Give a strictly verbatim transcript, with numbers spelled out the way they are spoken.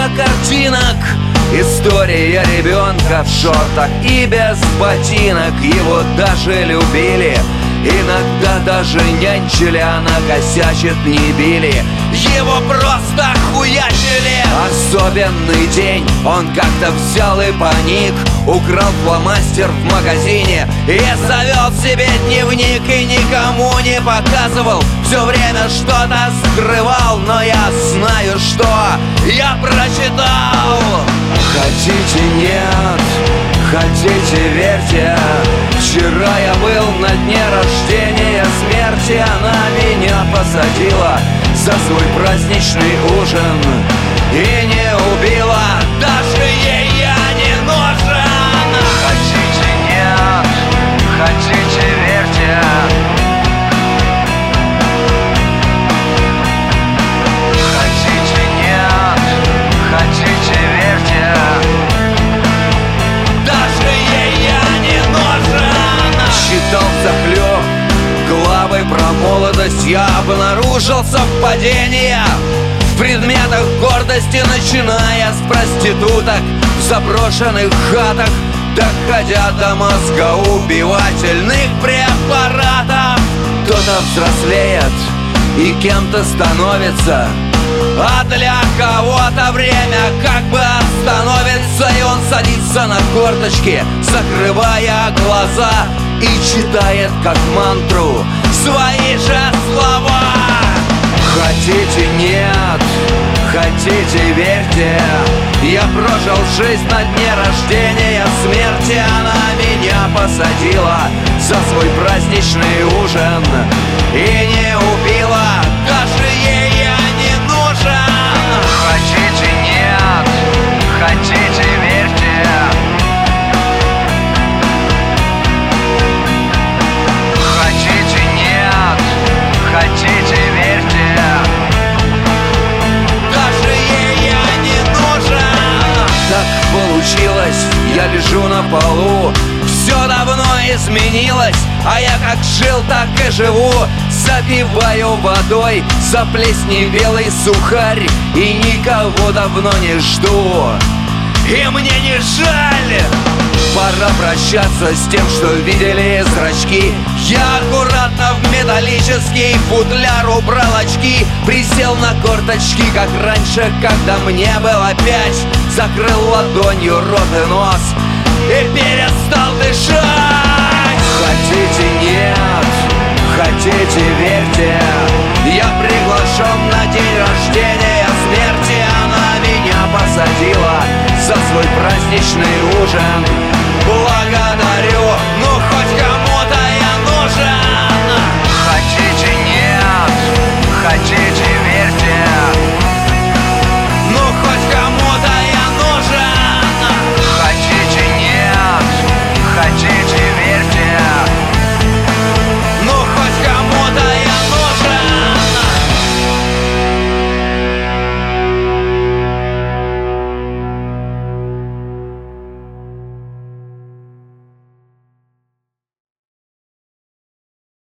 много картинок. История ребенка в шортах и без ботинок. Его даже любили, иногда даже нянчили, а накосячит не били, его просто хуячили. Особенный день, он как-то взял и паник, украл фломастер в магазине и завел себе дневник. И никому не показывал, все время что-то скрывал. Но я знаю, что я прочитал. Хотите, нет, хотите, верьте. Вчера я был на дне рождения смерти. Она меня посадила за свой праздничный ужин и не убила, даже ей я не нужен. Хотите, нет, хотите, верьте. Хотите, нет, хотите, верьте. Даже ей я не нужен. Считал захлёб главы про молодость, я обнаружил совпадения в предметах гордости, начиная с проституток в заброшенных хатах, доходя до мозгоубивательных препаратов. Кто-то взрослеет и кем-то становится, а для кого-то время как бы остановится, и он садится на корточки, закрывая глаза, и читает как мантру свои же слова. Хотите, нет, хотите, верьте. Я прожил жизнь на дне рождения смерти. Она меня посадила за свой праздничный ужин и не убила, даже ей я не нужен. Хотите, нет, хотите, верьте. Хотите, нет, хотите, верьте. Даже ей я не нужен. Так получилось, я лежу на полу. Все давно изменилось, а я как жил, так и живу. Запиваю водой заплесневелый сухарь и никого давно не жду. И мне не жаль. Пора прощаться с тем, что видели зрачки. Я аккуратно в металлический футляр убрал очки, присел на корточки, как раньше, когда мне было пять. Закрыл ладонью рот и нос и перестал дышать. Хотите, нет,